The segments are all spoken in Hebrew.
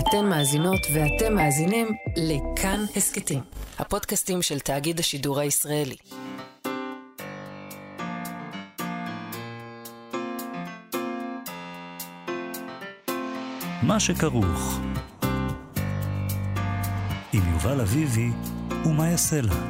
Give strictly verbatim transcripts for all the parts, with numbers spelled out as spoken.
אתן מאזינות ואתם מאזינים לכאן הסקטים, הפודקאסטים של תאגיד השידור הישראלי. מה שכרוך עם יובל אביבי ומה יעשה לה.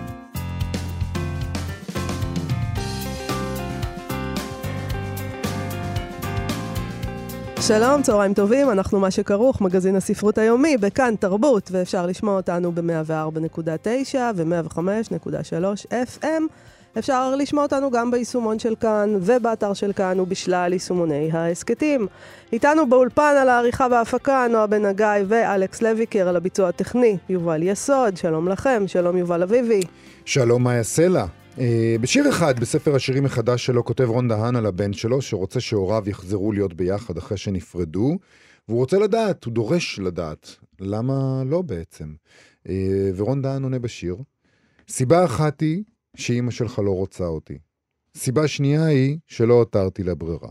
שלום, צהריים טובים, אנחנו מה שכרוך, מגזין הספרות היומי, בכאן תרבות, ואפשר לשמוע אותנו ב-מאה וארבע נקודה תשע ו-מאה וחמש נקודה שלוש אף אם. אפשר לשמוע אותנו גם ביישומון של כאן ובאתר של כאן ובשלל יישומוני ההסקטים. איתנו באולפן על העריכה וההפקה, נועה בן הגיא ואלכס לויקר, על הביצוע הטכני, יובל יסוד. שלום לכם, שלום יובל אביבי. שלום, מה יעשה לה? בשיר אחד, בספר השירים החדש שלו, כותב רון דהן על הבן שלו, שרוצה שהוריו יחזרו להיות ביחד אחרי שנפרדו, והוא רוצה לדעת, הוא דורש לדעת, למה לא בעצם? ורון דהן עונה בשיר, סיבה אחת היא שאמא שלך לא רוצה אותי. סיבה שנייה היא שלא הותרתי לברירה.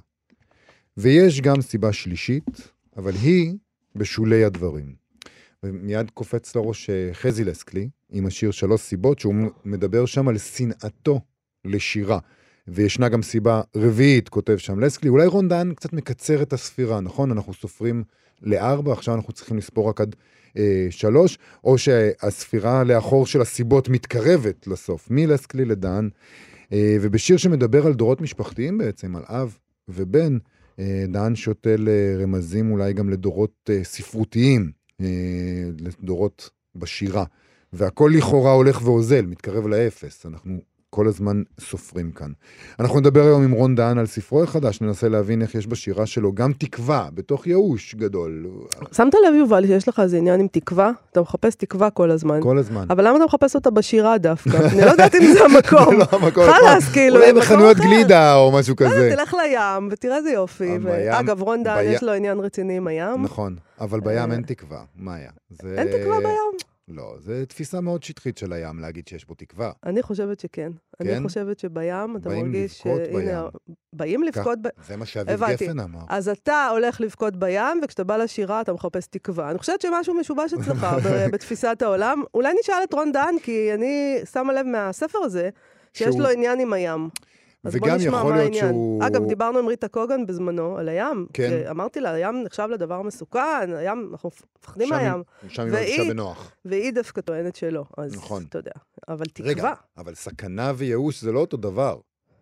ויש גם סיבה שלישית, אבל היא בשולי הדברים. ומיד קופץ לראש חזי לסקלי, עם השיר שלוש סיבות, שהוא מדבר שם על שנאתו לשירה. וישנה גם סיבה רביעית, כותב שם לסקלי. אולי רון דהן קצת מקצר את הספירה, נכון? אנחנו סופרים לארבע, עכשיו אנחנו צריכים לספור רק עד אה, שלוש, או שהספירה לאחור של הסיבות מתקרבת לסוף, מלסקלי לדהן. אה, ובשיר שמדבר על דורות משפחתיים בעצם, על אב ובן, אה, דהן שותל אה, רמזים אולי גם לדורות אה, ספרותיים, אה, לדורות בשירה. והכל לכאורה הולך ואוזל, מתקרב לאפס. אנחנו כל הזמן סופרים כאן. אנחנו נדבר היום עם רון דהן על ספרו החדש, ננסה להבין איך יש בשירה שלו גם תקווה, בתוך ייאוש גדול. שמת לב, יובל, שיש לך איזה עניין עם תקווה? אתה מחפש תקווה כל הזמן. כל הזמן. אבל למה אתה מחפש אותה בשירה דווקא? אני לא יודעת אם זה המקום. לא המקום. חלס, כאילו. אולי בחנויות גלידה או משהו כזה. תלך לים ותראה איזה יופי. אגב, רון דהן יש לו עניין רציני עם הים. נכון, אבל בים אין תקווה. מה היה? אין תקווה בים? לא, זו תפיסה מאוד שטחית של הים, להגיד שיש בו תקווה. אני חושבת שכן. כן? אני חושבת שבים, אתה מרגיש... באים לבכות בים. באים לבכות בים. זה מה שאביב גפן אמר. אז אתה הולך לבכות בים, וכשאתה בא לשירה אתה מחפש תקווה. אני חושבת שמשהו משובש אצלך בתפיסת העולם. אולי נשאל את רון דהן, כי אני שמה לב מהספר הזה, שיש לו עניין עם הים. אז בוא נשמע מה העניין. אגב, דיברנו עם ריטה קוגן בזמנו על הים. כן. אמרתי לה, הים נחשב לדבר מסוכן, הים, אנחנו מפחדים מהים. שם היא מרגישה בנוח. והיא דווקא טוענת שלא. נכון. אתה יודע. אבל תקווה. רגע, אבל סכנה וייאוש זה לא אותו דבר.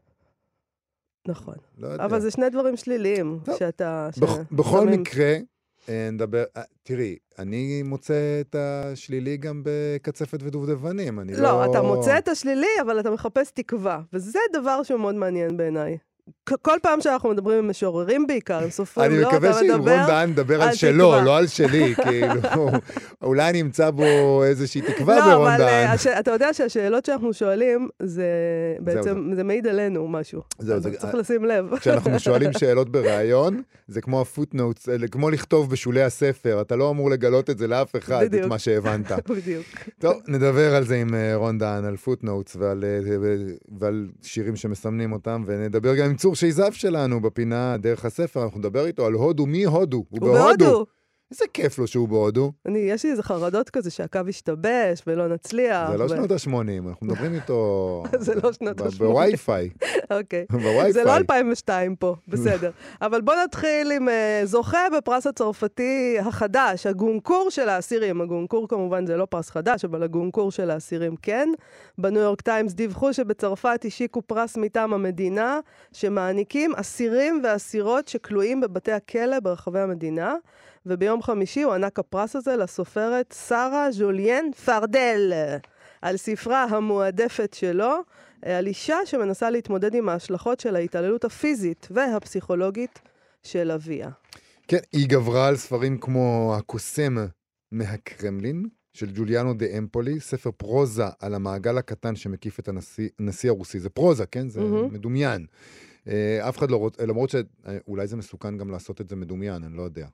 נכון. לא יודע. אבל זה שני דברים שליליים. שאתה... בכל מקרה, נדבר, תראי, אני מוצא את השלילי גם בקצפת ודובדבנים, אני לא... לא, אתה מוצא את השלילי, אבל אתה מחפש תקווה, וזה דבר שהוא מאוד מעניין בעיניי. כל פעם שאנחנו מדברים עם משוררים בעיקר, עם סופרים, לא, אתה מדבר... אני מקווה שרון דהן מדבר על שלו, לא על שלי, כאילו, אולי אני אמצא בו איזושהי תקווה ברון דהן. לא, אבל אתה יודע שהשאלות שאנחנו שואלים, זה בעצם, זה מעיד עלינו משהו. זהו, צריך לשים לב. כשאנחנו שואלים שאלות בראיון, זה כמו הפוטנוטס, כמו לכתוב בשולי הספר, אתה לא אמור לגלות את זה לאף אחד, את מה שהבנת. בדיוק. טוב, נדבר על זה עם רון דהן, על פוטנוטס ועל שירים שמסמנים אותם, ונדבר גם עם צור שיזף שלנו בפינה דרך הספר, אנחנו נדבר איתו על הודו, מי הודו? הוא בהודו. איזה כיף לו שהוא בהודו. אני, יש לי איזה חרדות כזה שהקו ישתבש ולא נצליח. זה לא שנות ה-שמונים, אנחנו מדברים איתו... זה לא שנות ה-שמונים. בווי-פיי. אוקיי. זה לא אלפיים ושתיים פה, בסדר. אבל בוא נתחיל עם זוכה בפרס הצרפתי החדש, הגונקור של האסירים. הגונקור כמובן זה לא פרס חדש, אבל הגונקור של האסירים כן. בניו יורק טיימס דיווחו שבצרפת השיקו פרס מטעם המדינה, שמעניקים אסירים ואסירות שכלואים בבתי הכלא ברחבי המדינה. וביום חמישי הוא ענק הפרס הזה לסופרת שרה ז'וליאן פרדל, על ספרה המועדפת שלו, על אישה שמנסה להתמודד עם ההשלכות של ההתעללות הפיזית והפסיכולוגית של אביה. כן, היא גברה על ספרים כמו הקוסם מהקרמלין, של ג'וליאנו דה אמפולי, ספר פרוזה על המעגל הקטן שמקיף את הנשיא, הנשיא הרוסי. זה פרוזה, כן? זה mm-hmm. מדומיין. אף אחד לא רוצה, למרות שאולי זה מסוכן גם לעשות את זה מדומיין, אני לא יודע.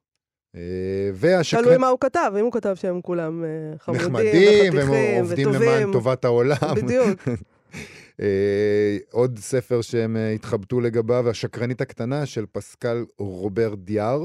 תלוי מה הוא כתב, אם הוא כתב שהם כולם חמודים נחמדים, וחתיכים והם עובדים למען טובת העולם. בדיוק. עוד ספר שהם התחבטו לגביו, השקרנית הקטנה של פסקל רובר דיאר,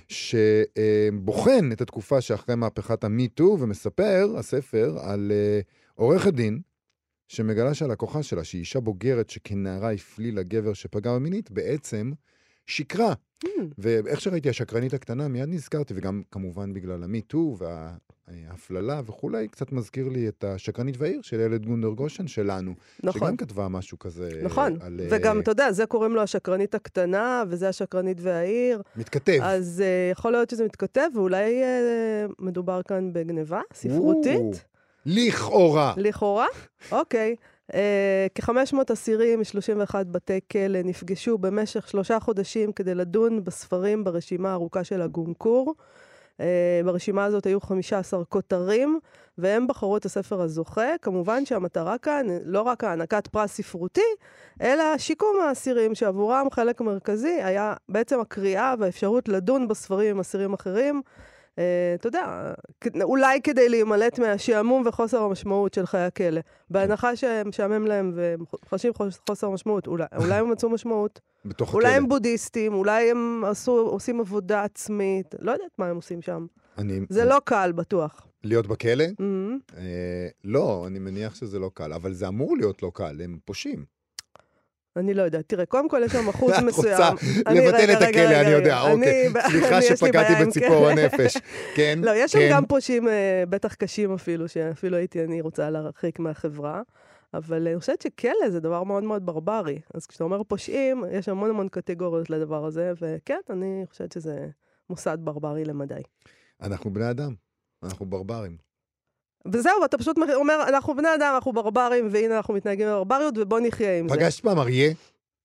שבוחן את התקופה שאחרי מהפכת המיטו, ומספר, הספר, על עורכת דין, שמגלה שהלקוחה שלה, שהיא אישה בוגרת שכנערה הפלילה גבר שפגע מינית, בעצם שקרה. Mm. ואיך שראיתי השקרנית הקטנה, מיד נזכרתי, וגם כמובן בגלל המיטו וההפללה וכולי, קצת מזכיר לי את השקרנית והעיר של ילד גונדר גושן שלנו, נכון. שגם כתבה משהו כזה. נכון, על, וגם אתה יודע, זה קוראים לו השקרנית הקטנה, וזה השקרנית והעיר. מתכתב. אז uh, יכול להיות שזה מתכתב, ואולי uh, מדובר כאן בגניבה ספרותית. לכאורה. לכאורה? אוקיי. Uh, כ-חמש מאות אסירים מ-שלושים ואחד בתי כלא נפגשו במשך שלושה חודשים כדי לדון בספרים ברשימה הארוכה של הגונקור. Uh, ברשימה הזאת היו חמישה עשר כותרים, והם בחרו את הספר הזוכה. כמובן שהמטרה כאן, לא רק הענקת פרס ספרותי, אלא שיקום האסירים שעבורם חלק מרכזי היה בעצם הקריאה והאפשרות לדון בספרים עם אסירים אחרים, Uh, אתה יודע, אולי כדי להימלט מהשעמום וחוסר המשמעות של חיי הכלא. בהנחה שהם משעמם להם וחשים חוסר משמעות, אולי, אולי הם מצאו משמעות. בתוך אולי הכלא. הם בודהיסטים, אולי הם עשו, עושים עבודה עצמית, לא יודעת מה הם עושים שם. אני... זה לא קל, בטוח. להיות בכלא? Mm-hmm. אה, לא, אני מניח שזה לא קל, אבל זה אמור להיות לא קל, הם פושעים. אני לא יודעת, תראה, קודם כל יש שם אחוז מסוים. את רוצה לבטל את הכלא, אני יודע, אוקיי. סליחה שפגעתי בציפור הנפש. כן, לא, יש שם גם פושעים בטח קשים אפילו, שאפילו הייתי אני רוצה להרחיק מהחברה, אבל אני חושבת שכלא זה דבר מאוד מאוד ברברי. אז כשאתה אומר פושעים, יש המון המון קטגוריות לדבר הזה, וכן, אני חושבת שזה מוסד ברברי למדי. אנחנו בני אדם, אנחנו ברברים. וזהו, ואתה פשוט אומר, אנחנו בני אדם, אנחנו ברברים, והנה אנחנו מתנהגים בברבריות, ובוא נחיה עם זה. פגשת פעם אריה?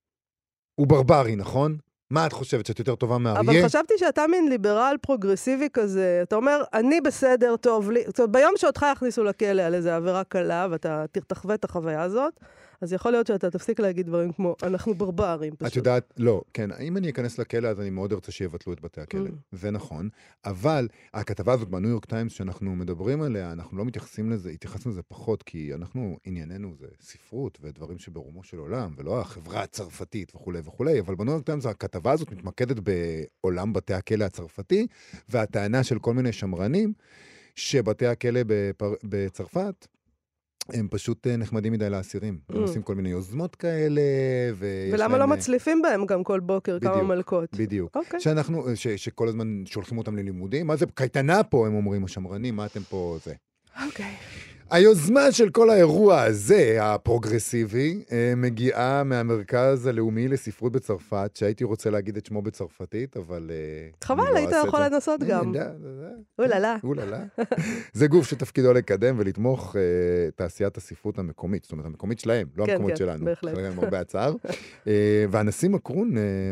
הוא ברברי, נכון? מה את חושבת, שאת יותר טובה מאריה? אבל חשבתי שאתה מין ליברל פרוגרסיבי כזה, אתה אומר, אני בסדר, טוב לי, זאת אומרת, ביום שאותך יכניסו לכלא על איזו עבירה קלה, ואתה תחווה את החוויה הזאת, אז יכול להיות שאתה תפסיק להגיד דברים כמו, אנחנו ברברים פשוט. את יודעת, לא, כן, אם אני אכנס לכלא, אז אני מאוד ארצה שיבטלו את בתי הכלא. זה נכון, אבל הכתבה הזאת בניו יורק טיימס שאנחנו מדברים עליה, אנחנו לא מתייחסים לזה, התייחסנו לזה פחות, כי אנחנו, ענייננו זה ספרות ודברים שברומו של עולם, ולא החברה הצרפתית וכו' וכו', אבל בניו יורק טיימס הכתבה הזאת מתמקדת בעולם בתי הכלא הצרפתי, והטענה של כל מיני שמרנים, שבתי הכלא בפר... בצרפת, הם פשוט נחמדים מדי לאסירים. הם עושים כל מיני יוזמות כאלה, ולמה לא מצליפים בהם גם כל בוקר כמה מלכות? בדיוק. שאנחנו, שכל הזמן שולחים אותם ללימודים. מה זה קייטנה פה, הם אומרים, השמרנים, מה אתם פה זה? אוקיי. היוזמה של כל האירוע הזה, הפרוגרסיבי, מגיעה מהמרכז הלאומי לספרות בצרפת, שהייתי רוצה להגיד את שמו בצרפתית, אבל... חבל, היית יכול לנסות גם. אוללה. אוללה. זה גוף שתפקידו לקדם ולתמוך תעשיית הספרות המקומית, זאת אומרת, המקומית שלהם, לא המקומית שלנו. כן, כן, בהחלט. הרבה הצער. והנשיא מקרון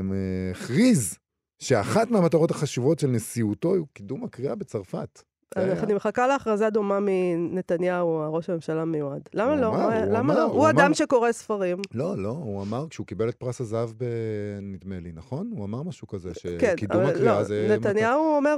הכריז שאחת מהמטרות החשובות של נשיאותו הוא קידום הקריאה בצרפת. אני מחכה להכרזה דומה מנתניהו, הראש הממשלה המיועד. למה לא? למה לא? הוא הוא אדם שקורא ספרים. לא, לא, הוא אמר, כשהוא קיבל את פרס הזהב בנדמה לי, נכון? הוא אמר משהו כזה, שקידום הקריאה זה... נתניהו אומר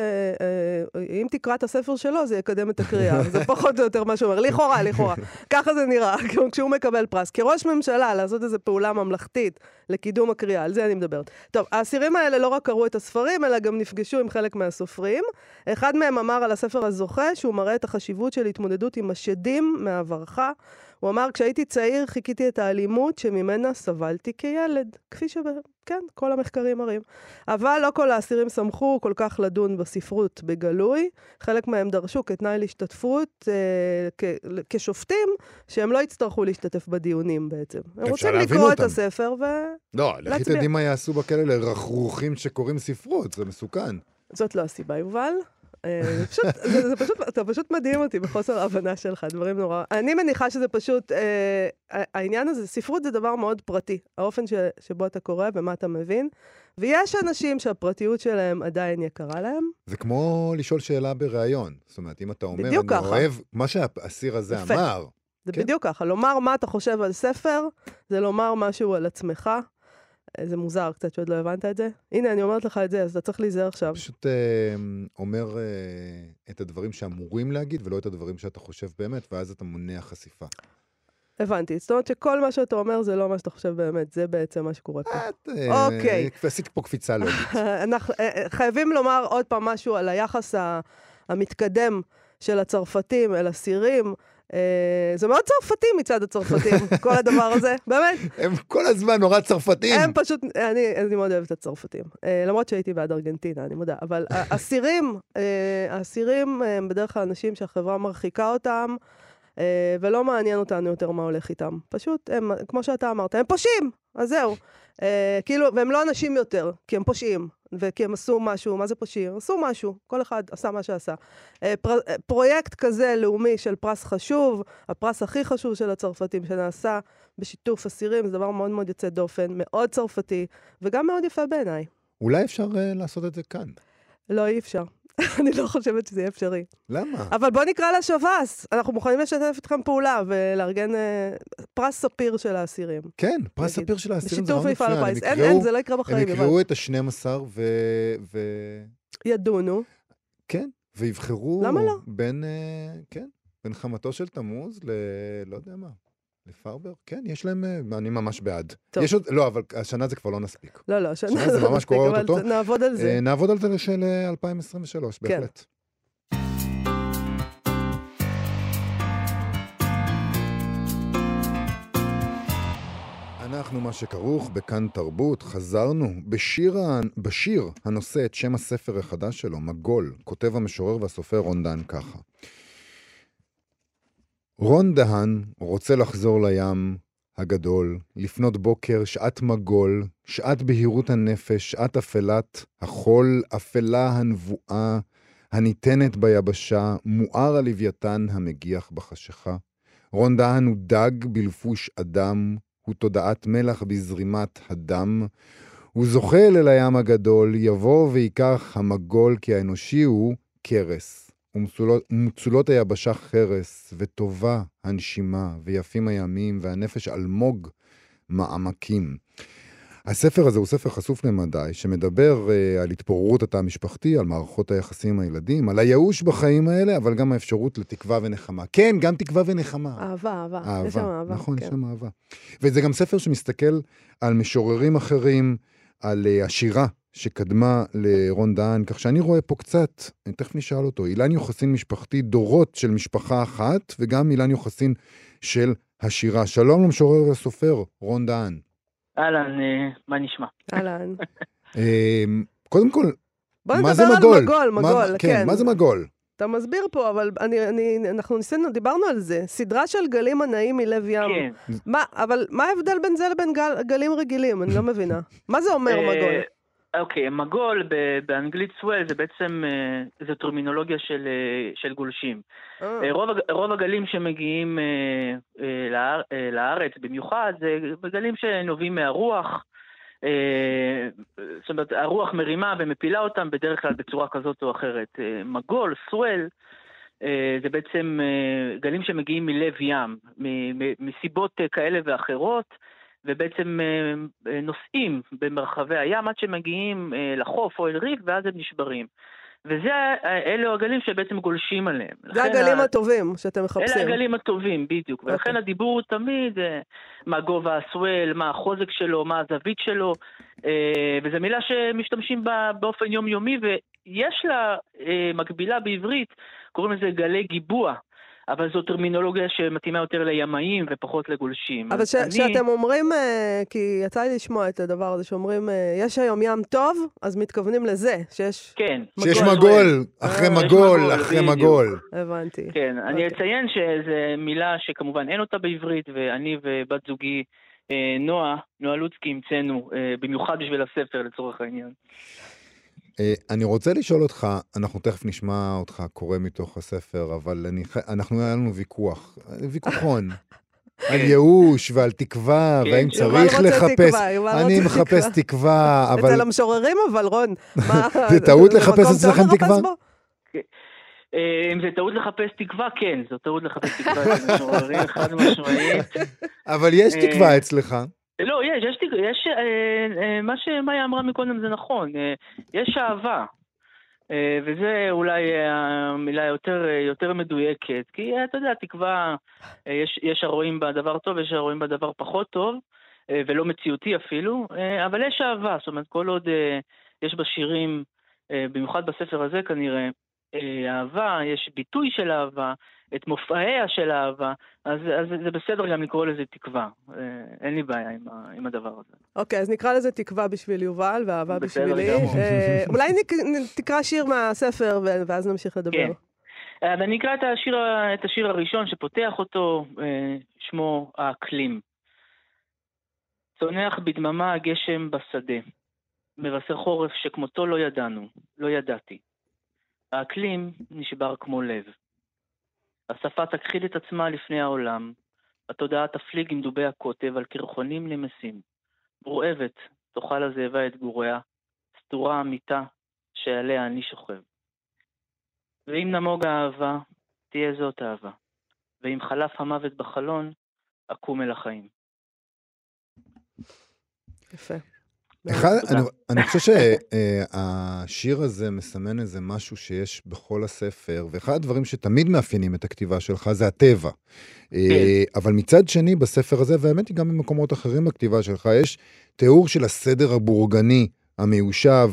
שאם תקרא את הספר שלו, זה יקדם את הקריאה. זה פחות או יותר מה שהוא אומר. לכאורה, לכאורה. ככה זה נראה, כשהוא מקבל פרס. כראש ממשלה, לעשות איזו פעולה ממלכתית לקידום הקריאה, על זה אני מדברת. טוב, האסירים האלה לא רק קראו את הספרים, אלא גם נפגשו עם חלק מהסופרים. אחד מהם אמר על הספר הזוכה, שהוא מראה את החשיבות של התמודדות עם השדים מעברך. הוא אמר, כשהייתי צעיר, חיכיתי את האלימות שממנה סבלתי כילד. כפי ש... כן, כל המחקרים מראים. אבל לא כל האסירים שמחו כל כך לדון בספרות בגלוי. חלק מהם דרשו כתנאי להשתתפות אה, כ- כשופטים, שהם לא יצטרכו להשתתף בדיונים בעצם. הם רוצים לקרוא אותם. את הספר ו... לא, לכי תדעי מה יעשו בכלא לרחרוכים שקוראים ספרות, זה מסוכן. זאת לא הסיבה, יובל. זה פשוט, זה, זה פשוט, אתה פשוט מדהים אותי בחוסר ההבנה שלך, דברים נורא. אני מניחה שזה פשוט, אה, העניין הזה, ספרות זה דבר מאוד פרטי, האופן ש, שבו אתה קורא ומה אתה מבין, ויש אנשים שהפרטיות שלהם עדיין יקרה להם. זה כמו לשאול שאלה בראיון, זאת אומרת, אם אתה אומר, אני ככה. אוהב, מה שהאסיר הזה יפה. אמר. זה כן? בדיוק ככה, לומר מה אתה חושב על ספר, זה לומר משהו על עצמך, זה מוזר קצת שעוד לא הבנת את זה. הנה, אני אומרת לך את זה, אז אתה צריך להיזהר עכשיו. פשוט אה, אומר אה, את הדברים שאמורים להגיד, ולא את הדברים שאתה חושב באמת, ואז אתה מונע חשיפה. הבנתי, זאת אומרת שכל מה שאתה אומר זה לא מה שאתה חושב באמת, זה בעצם מה שקורה פה. אוקיי. עשית פה קפיצה לוגית. אנחנו חייבים לומר עוד פעם משהו על היחס המתקדם של הצרפתים אל הסירים. זה מאוד צרפתי מצד הצרפתים, כל הדבר הזה, באמת. הם כל הזמן נורא צרפתים. הם פשוט, אני, אני מאוד אוהבת את הצרפתים. למרות שהייתי בעד ארגנטינה, אני מודה. אבל הסירים, הסירים הם בדרך כלל אנשים שהחברה מרחיקה אותם, ולא מעניין אותנו יותר מה הולך איתם. פשוט, הם, כמו שאתה אמרת, הם פושעים, אז זהו. כאילו, והם לא אנשים יותר, כי הם פושעים. וכי הם עשו משהו, מה זה פושעים? עשו משהו, כל אחד עשה מה שעשה. פר, פרויקט כזה לאומי של פרס חשוב, הפרס הכי חשוב של הצרפתים שנעשה בשיתוף אסירים, זה דבר מאוד מאוד יוצא דופן, מאוד צרפתי, וגם מאוד יפה בעיניי. אולי אפשר uh, לעשות את זה כאן. לא, אי אפשר. אני לא חושבת שזה יהיה אפשרי. למה? אבל בוא נקרא לשב"ס. אנחנו מוכנים לשתף איתכם פעולה ולארגן אה, פרס ספיר של האסירים. כן, פרס ספיר של האסירים זה בשיתוף מפעל הפיס. אין, אין, זה לא יקרה בחיים. הם יקראו את ה-שנים עשר ו... ו... ידונו. כן, ויבחרו... למה לא? בין, כן, בין חמתו של תמוז ל... לא יודע מה. לפרבר? כן, יש להם, אני ממש בעד. יש עוד, לא, אבל השנה זה כבר לא נספיק. לא, לא, השנה זה לא ממש קורה אותו. נעבוד על זה. נעבוד על זה של אלפיים עשרים ושלוש, בהחלט. אנחנו מה שכרוך בכאן תרבות, חזרנו בשיר, בשיר הנושא את שם הספר החדש שלו, מגול, כותב המשורר והסופר רון דהן ככה. רון דהן רוצה לחזור לים הגדול, לפנות בוקר, שעת מגול, שעת בהירות הנפש, שעת אפלת החול, אפלה הנבואה, הניתנת ביבשה, מואר הלוויתן המגיח בחשיכה. רון דהן הוא דג בלפוש אדם, הוא תודעת מלח בזרימת הדם, הוא זוחל אל הים הגדול, יבוא ויקח המגול כי האנושי הוא קרס. ומצולות, ומצולות היבשה חרס, וטובה הנשימה, ויפים הימים, והנפש אלמוג מעמקים. הספר הזה הוא ספר חשוף למדי, שמדבר uh, על התפוררות התא המשפחתי, על מערכות היחסים עם הילדים, על הייאוש בחיים האלה, אבל גם האפשרות לתקווה ונחמה. כן, גם תקווה ונחמה. אהבה, אהבה. אהבה. יש שם אהבה. נכון, כן. יש שם אהבה. וזה גם ספר שמסתכל על משוררים אחרים, על uh, השירה, שקדמה לרון דהן, כך שאני רואה פה קצת, אני תכף נשאל אותו, אילן יוחסין משפחתי, דורות של משפחה אחת, וגם אילן יוחסין של השירה. שלום למשורר והסופר, רון דהן. אהלן, מה נשמע? אהלן. קודם כל, מה זה מגול? בוא נדבר על מגול, מגול, כן. כן, מה זה מגול? אתה מסביר פה, אבל אני, אני, אנחנו ניסינו, דיברנו על זה, סדרה של גלים ענאים מלב ים. כן. מה, אבל מה ההבדל בין זה לבין גל, גלים רגילים? אני לא מבינה. מה זה אומר מגול? אוקיי, מגול באנגלית סוול זה בעצם, זו טרמינולוגיה של, של גולשים. רוב, רוב הגלים שמגיעים לארץ במיוחד, זה גלים שנובעים מהרוח, זאת אומרת, הרוח מרימה ומפילה אותם בדרך כלל בצורה כזאת או אחרת. מגול, סוול, זה בעצם גלים שמגיעים מלב ים, מסיבות כאלה ואחרות, ובעצם נוסעים במרחבי הים עד שמגיעים לחוף או אל ריף, ואז הם נשברים. וזה, אלו הגלים שבעצם גולשים עליהם. זה הגלים ה... הטובים שאתם מחפשים. אלה הגלים הטובים, בדיוק. Okay. ולכן הדיבור הוא תמיד, מה גובה הסואל, מה החוזק שלו, מה הזווית שלו, וזו מילה שמשתמשים בה באופן יומיומי, ויש לה מקבילה בעברית, קוראים לזה גלי גיבוע. אבל זו טרמינולוגיה שמתאימה יותר לימאים ופחות לגולשים. אבל כשאתם אני... אומרים, כי יצא לי לשמוע את הדבר הזה, שאומרים, יש היום ים טוב, אז מתכוונים לזה, שיש כן. מגול. שיש מגול, אחרי מגול, אחרי מגול. הבנתי. כן, אני אציין שזו מילה שכמובן אין אותה בעברית, ואני ובת זוגי נועה, נועה לוצקי, המצאנו במיוחד בשביל הספר לצורך העניין. אני רוצה לשאול אותך, אנחנו תכף נשמע אותך קורא מתוך הספר, אבל אני, אנחנו היה לנו ויכוח, ויכוחון, על ייאוש ועל תקווה, והאם צריך לחפש, אני מחפש תקווה, אבל... אצל המשוררים אבל, רון, זה טעות לחפש אצלכם תקווה? אם זה טעות לחפש תקווה, כן, זו טעות לחפש תקווה אצל המשוררים, חד משמעית. אבל יש תקווה אצלך. לא, יש, יש, יש, אה, אה, מה שמאיה אמרה מקודם זה נכון, אה, יש אהבה, וזה אולי המילה יותר, יותר מדויקת, כי אתה יודע, תקווה, יש, יש הרואים בדבר טוב, יש הרואים בדבר פחות טוב, ולא מציאותי אפילו, אבל יש אהבה, זאת אומרת, כל עוד יש בשירים, במיוחד בספר הזה כנראה, אהבה, יש ביטוי של אהבה, את מופעיה של אהבה, אז, אז זה בסדר גם לקרוא לזה תקווה. אין לי בעיה עם, ה, עם הדבר הזה. אוקיי, אז נקרא לזה תקווה בשביל יובל, ואהבה בשבילי. אולי תקרא שיר מהספר, ואז נמשיך לדבר. כן. אז אני אקרא את השיר, את השיר הראשון שפותח אותו, שמו האקלים. צונח בדממה הגשם בשדה, מבשר חורף שכמותו לא ידענו, לא ידעתי. האקלים נשבר כמו לב. השפה תכחיד את עצמה לפני העולם, התודעה תפליג עם דובי הקוטב על קרחונים נמסים. מורעבת תאכל הזאבה את גוריה, סתורה המיטה שעליה אני שוכב. ואם נמוג האהבה, תהיה זאת אהבה, ואם חלף המוות בחלון, אקום אל החיים. יפה. אחד, אני, אני חושב שהשיר הזה מסמן איזה משהו שיש בכל הספר, ואחד הדברים שתמיד מאפיינים את הכתיבה שלך זה הטבע. אבל מצד שני בספר הזה, והאמת היא גם במקומות אחרים בכתיבה שלך, יש תיאור של הסדר הבורגני, המיושב,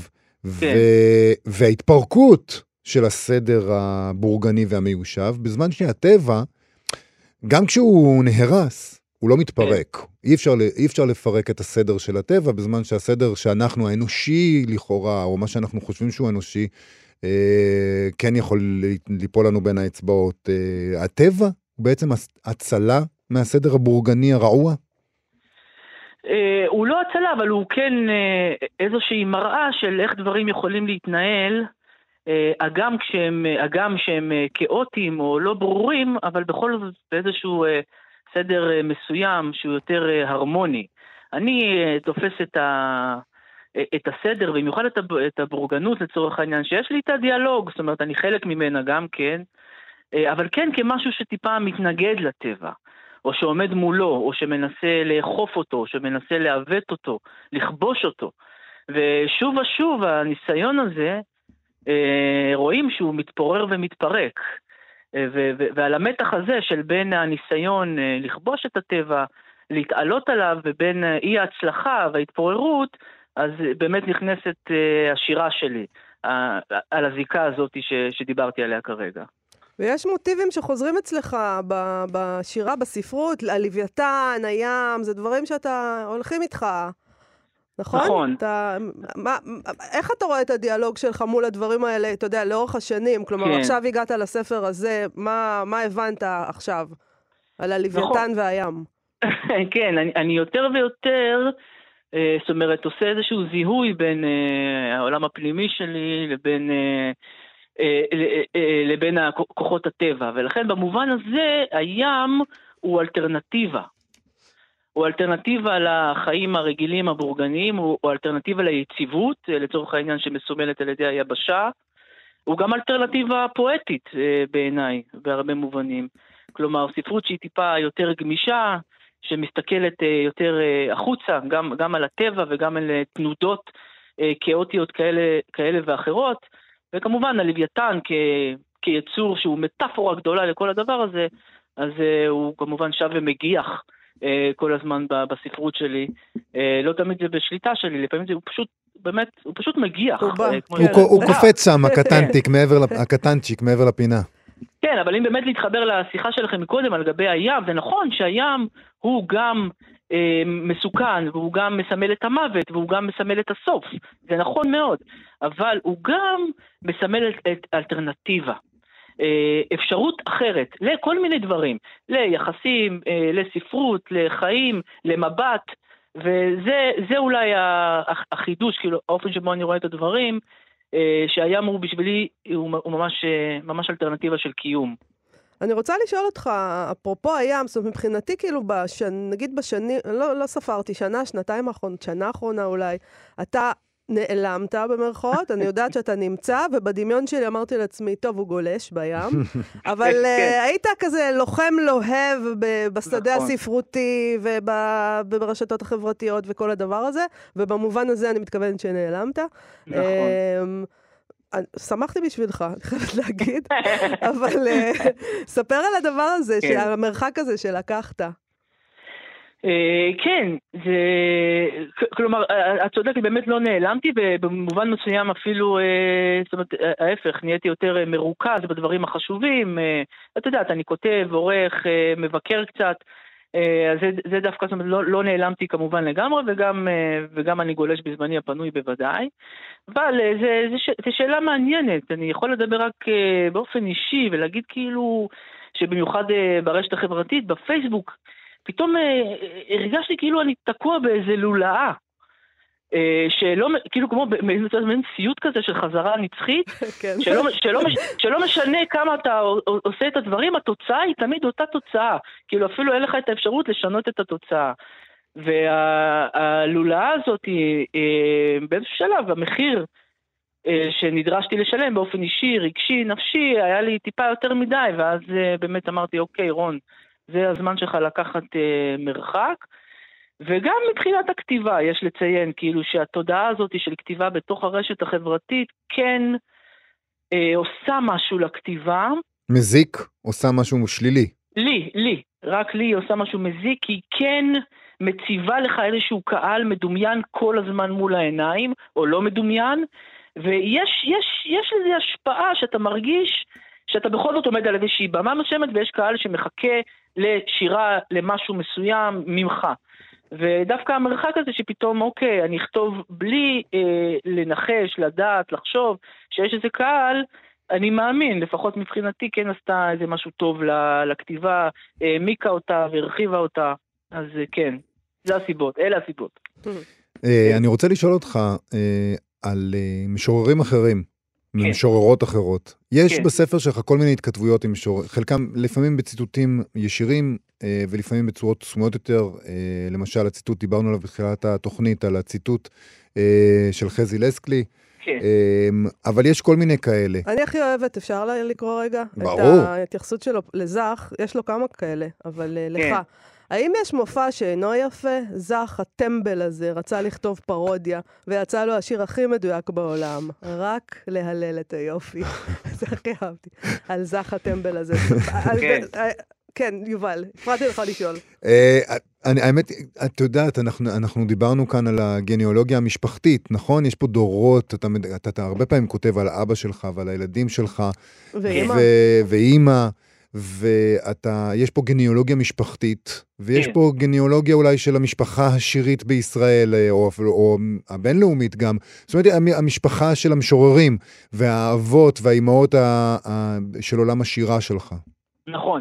וההתפרקות של הסדר הבורגני והמיושב, בזמן שהטבע, גם כשהוא נהרס, הוא לא מתפרק. אי אפשר, אי אפשר לפרק את הסדר של הטבע, בזמן שהסדר שאנחנו, האנושי לכאורה, או מה שאנחנו חושבים שהוא אנושי, אה, כן יכול ליפול לנו בין האצבעות. אה, הטבע הוא בעצם הצלה מהסדר הבורגני הרעוע? אה, הוא לא הצלה, אבל הוא כן אה, איזושהי מראה של איך דברים יכולים להתנהל, אה, אגם כשהם, אגם שהם כאוטיים או לא ברורים, אבל בכל זאת באיזשהו... אה, סדר מסוים שהוא יותר הרמוני. אני תופס את, ה... את הסדר, במיוחד את הבורגנות לצורך העניין, שיש לי את הדיאלוג, זאת אומרת, אני חלק ממנה גם כן, אבל כן כמשהו שטיפה מתנגד לטבע, או שעומד מולו, או שמנסה לאכוף אותו, או שמנסה לעוות אותו, לכבוש אותו. ושוב ושוב, הניסיון הזה, רואים שהוא מתפורר ומתפרק. ו- ו- ועל המתח הזה של בין הניסיון לכבוש את הטבע, להתעלות עליו, ובין אי ההצלחה וההתפוררות, אז באמת נכנסת השירה שלי, על הזיקה הזאת ש- שדיברתי עליה כרגע. ויש מוטיבים שחוזרים אצלך ב- בשירה, בספרות, הלוויתן, הים, זה דברים שאתה הולכים איתך. נכון? נכון. אתה, מה, איך אתה רואה את הדיאלוג שלך מול הדברים האלה, אתה יודע, לאורך השנים? כלומר, כן. עכשיו הגעת לספר הזה, מה, מה הבנת עכשיו על הלוויתן נכון. והים? כן, אני, אני יותר ויותר, אה, זאת אומרת, עושה איזשהו זיהוי בין אה, העולם הפנימי שלי לבין, אה, אה, אה, אה, לבין כוחות הטבע, ולכן במובן הזה, הים הוא אלטרנטיבה. הוא אלטרנטיבה לחיים הרגילים הבורגניים, הוא אלטרנטיבה ליציבות, לצורך העניין שמסומלת על ידי היבשה, הוא גם אלטרנטיבה פואטית בעיניי, בהרבה מובנים. כלומר, ספרות שהיא טיפה יותר גמישה, שמסתכלת יותר החוצה, גם, גם על הטבע וגם על תנודות כאוטיות כאלה, כאלה ואחרות, וכמובן הלוויתן כ, כיצור שהוא מטאפורה גדולה לכל הדבר הזה, אז הוא כמובן שב ומגיח, כל הזמן בספרות שלי, לא תמיד זה בשליטה שלי, לפעמים זה הוא פשוט, באמת, הוא פשוט מגיח. הוא קופץ שם, הקטנצ'יק, מעבר לפינה. כן, אבל אם באמת להתחבר לשיחה שלכם מקודם על גבי הים, זה נכון שהים הוא גם מסוכן, והוא גם מסמל את המוות, והוא גם מסמל את הסוף. זה נכון מאוד, אבל הוא גם מסמל את האלטרנטיבה. אפשרות אחרת, לכל מיני דברים, ליחסים, לספרות, לחיים, למבט, וזה זה אולי החידוש, כאילו, האופן שבו אני רואה את הדברים, שהים הוא בשבילי, הוא, הוא ממש, ממש אלטרנטיבה של קיום. אני רוצה לשאול אותך, אפרופו הים, זאת אומרת, מבחינתי כאילו, בשנ... נגיד בשנים, לא, לא ספרתי, שנה, שנתיים האחרונות, שנה האחרונה אולי, אתה נעלמת במרכאות, אני יודעת שאתה נמצא, ובדמיון שלי אמרתי לעצמי, טוב, הוא גולש בים, אבל uh, היית כזה לוחם לוהב בשדה נכון. הספרותי, וברשתות החברתיות וכל הדבר הזה, ובמובן הזה אני מתכוונת שנעלמת. נכון. שמחתי בשבילך, אני חייבת להגיד, אבל ספר על הדבר הזה, על המרחק הזה שלקחת. כן, זה, כלומר, את צודקת, באמת לא נעלמתי, ובמובן מסוים אפילו, זאת אומרת, ההפך, נהייתי יותר מרוכז בדברים החשובים, את יודעת, אני כותב, עורך, מבקר קצת, אז זה, זה דווקא, זאת אומרת, לא, לא נעלמתי כמובן לגמרי, וגם, וגם אני גולש בזמני הפנוי בוודאי, אבל זה, זה, זה שאלה מעניינת, אני יכול לדבר רק באופן אישי, ולהגיד כאילו, שבמיוחד ברשת החברתית, בפייסבוק, פתאום הרגשתי כאילו אני תקוע באיזה לולאה, שלא, כאילו כמו במין סיוט כזה של חזרה נצחית, שלא, שלא, שלא משנה כמה אתה עושה את הדברים, התוצאה היא תמיד אותה תוצאה, כאילו אפילו אין לך את האפשרות לשנות את התוצאה. והלולאה הזאת היא באיזשהו שלב, המחיר שנדרשתי לשלם באופן אישי, רגשי, נפשי, היה לי טיפה יותר מדי, ואז באמת אמרתי, אוקיי רון, זה הזמן שלך לקחת אה, מרחק, וגם מבחינת הכתיבה, יש לציין כאילו שהתודעה הזאת של כתיבה בתוך הרשת החברתית, כן אה, עושה משהו לכתיבה. מזיק? עושה משהו שלילי? לי, לי, רק לי עושה משהו מזיק, כי כן מציבה לך איזשהו קהל מדומיין כל הזמן מול העיניים, או לא מדומיין, ויש יש, יש לזה השפעה שאתה מרגיש, שאתה בכל זאת עומד על איזושהי במה מסוימת, ויש קהל שמחכה לשירה, למשהו מסוים ממך. ודווקא המרחק הזה שפתאום, אוקיי, אני אכתוב בלי אה, לנחש, לדעת, לחשוב, שיש איזה קהל, אני מאמין, לפחות מבחינתי כן עשתה איזה משהו טוב לכתיבה, העמיקה אותה והרחיבה אותה, אז כן, זה הסיבות, אלה הסיבות. אני רוצה לשאול אותך על משוררים אחרים, משוררות אחרות. יש בספר שלך כל מיני התכתבויות עם משוררים, חלקם לפעמים בציטוטים ישירים, ולפעמים בצורות סמויות יותר, למשל הציטוט, דיברנו עליו בתחילת התוכנית, על הציטוט של חזי לסקלי, אבל יש כל מיני כאלה. אני הכי אוהבת, אפשר לקרוא רגע? ברור. את ההתייחסות שלו לזך, יש לו כמה כאלה, אבל לך. האם יש מופע שאינו יפה? זך, הטמבל הזה, רצה לכתוב פרודיה, ויצא לו השיר הכי מדויק בעולם. רק להלל את היופי. זה הכי אהבתי. על זך הטמבל הזה. כן, יובל, הפרעתי לך לשאול. האמת, את יודעת, אנחנו דיברנו כאן על הגניאולוגיה המשפחתית, נכון? יש פה דורות, אתה הרבה פעמים כותב על אבא שלך ועל הילדים שלך. ואימא. ואימא. ויש פה גניאולוגיה משפחתית, ויש פה גניאולוגיה אולי של המשפחה השירית בישראל, או, או הבינלאומית גם. זאת אומרת, המשפחה של המשוררים, והאבות והאימהות ה, ה, של עולם השירה שלך. נכון.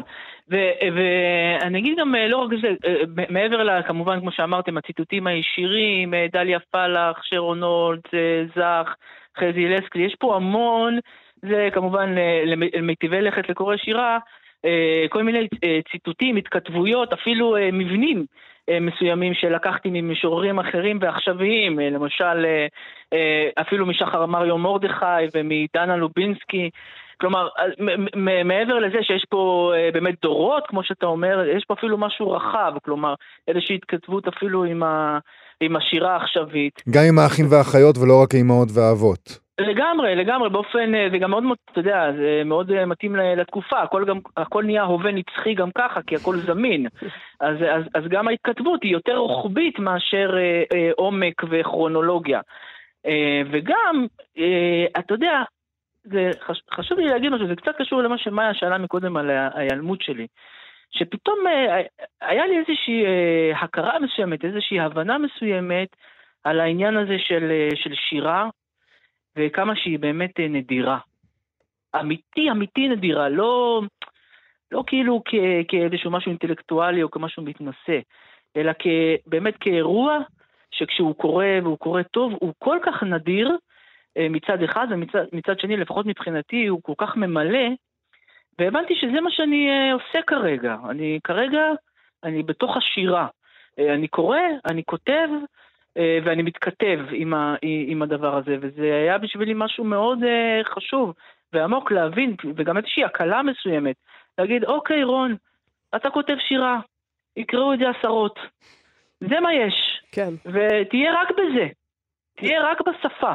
ואני אגיד גם לא רק זה, מעבר לה, כמובן, כמו שאמרתם, הציטוטים הישירים, דליה פלח, שרון הולץ, זך, חזי לסקלי, יש פה המון, זה כמובן למיטיבי לכת לקורא שירה, כל מיני ציטוטים, התכתבויות, אפילו מבנים מסוימים שלקחתי ממשוררים אחרים ועכשוויים, למשל אפילו משחר מריו מורדכי ומדנה לובינסקי, כלומר, מעבר לזה שיש פה באמת דורות, כמו שאתה אומר, יש פה אפילו משהו רחב, כלומר, איזושהי התכתבות אפילו עם, ה, עם השירה העכשווית. גם עם האחים והאחיות ולא רק האימהות והאבות. לגמרי, לגמרי, באופן, זה גם מאוד, אתה יודע, זה מאוד מתאים לתקופה, הכל, גם, הכל נהיה הווה נצחי גם ככה, כי הכל זמין. אז, אז, אז גם ההתכתבות היא יותר רוחבית מאשר אה, אה, עומק וכרונולוגיה. אה, וגם, אה, אתה יודע, זה חש, חשוב לי להגיד משהו, זה קצת קשור למה שמאיה שאלה מקודם על ההיעלמות שלי, שפתאום אה, היה לי איזושהי אה, הכרה מסוימת, איזושהי הבנה מסוימת על העניין הזה של, אה, של שירה, וכמה שהיא באמת נדירה. אמיתי, אמיתי נדירה, לא, לא כאילו כ, כאיזשהו משהו אינטלקטואלי או כמשהו מתנשא, אלא כ, באמת כאירוע שכשהוא קורה והוא קורה טוב, הוא כל כך נדיר מצד אחד, ומצד מצד שני, לפחות מבחינתי, הוא כל כך ממלא, והבנתי שזה מה שאני עושה כרגע. אני כרגע, אני בתוך השירה. אני קורא, אני כותב, ואני מתכתב עם, ה, עם הדבר הזה, וזה היה בשבילי משהו מאוד uh, חשוב ועמוק להבין, וגם איזושהי הקלה מסוימת, להגיד, אוקיי רון, אתה כותב שירה, יקראו את זה עשרות, זה מה יש, כן. ותהיה רק בזה, תהיה רק בשפה,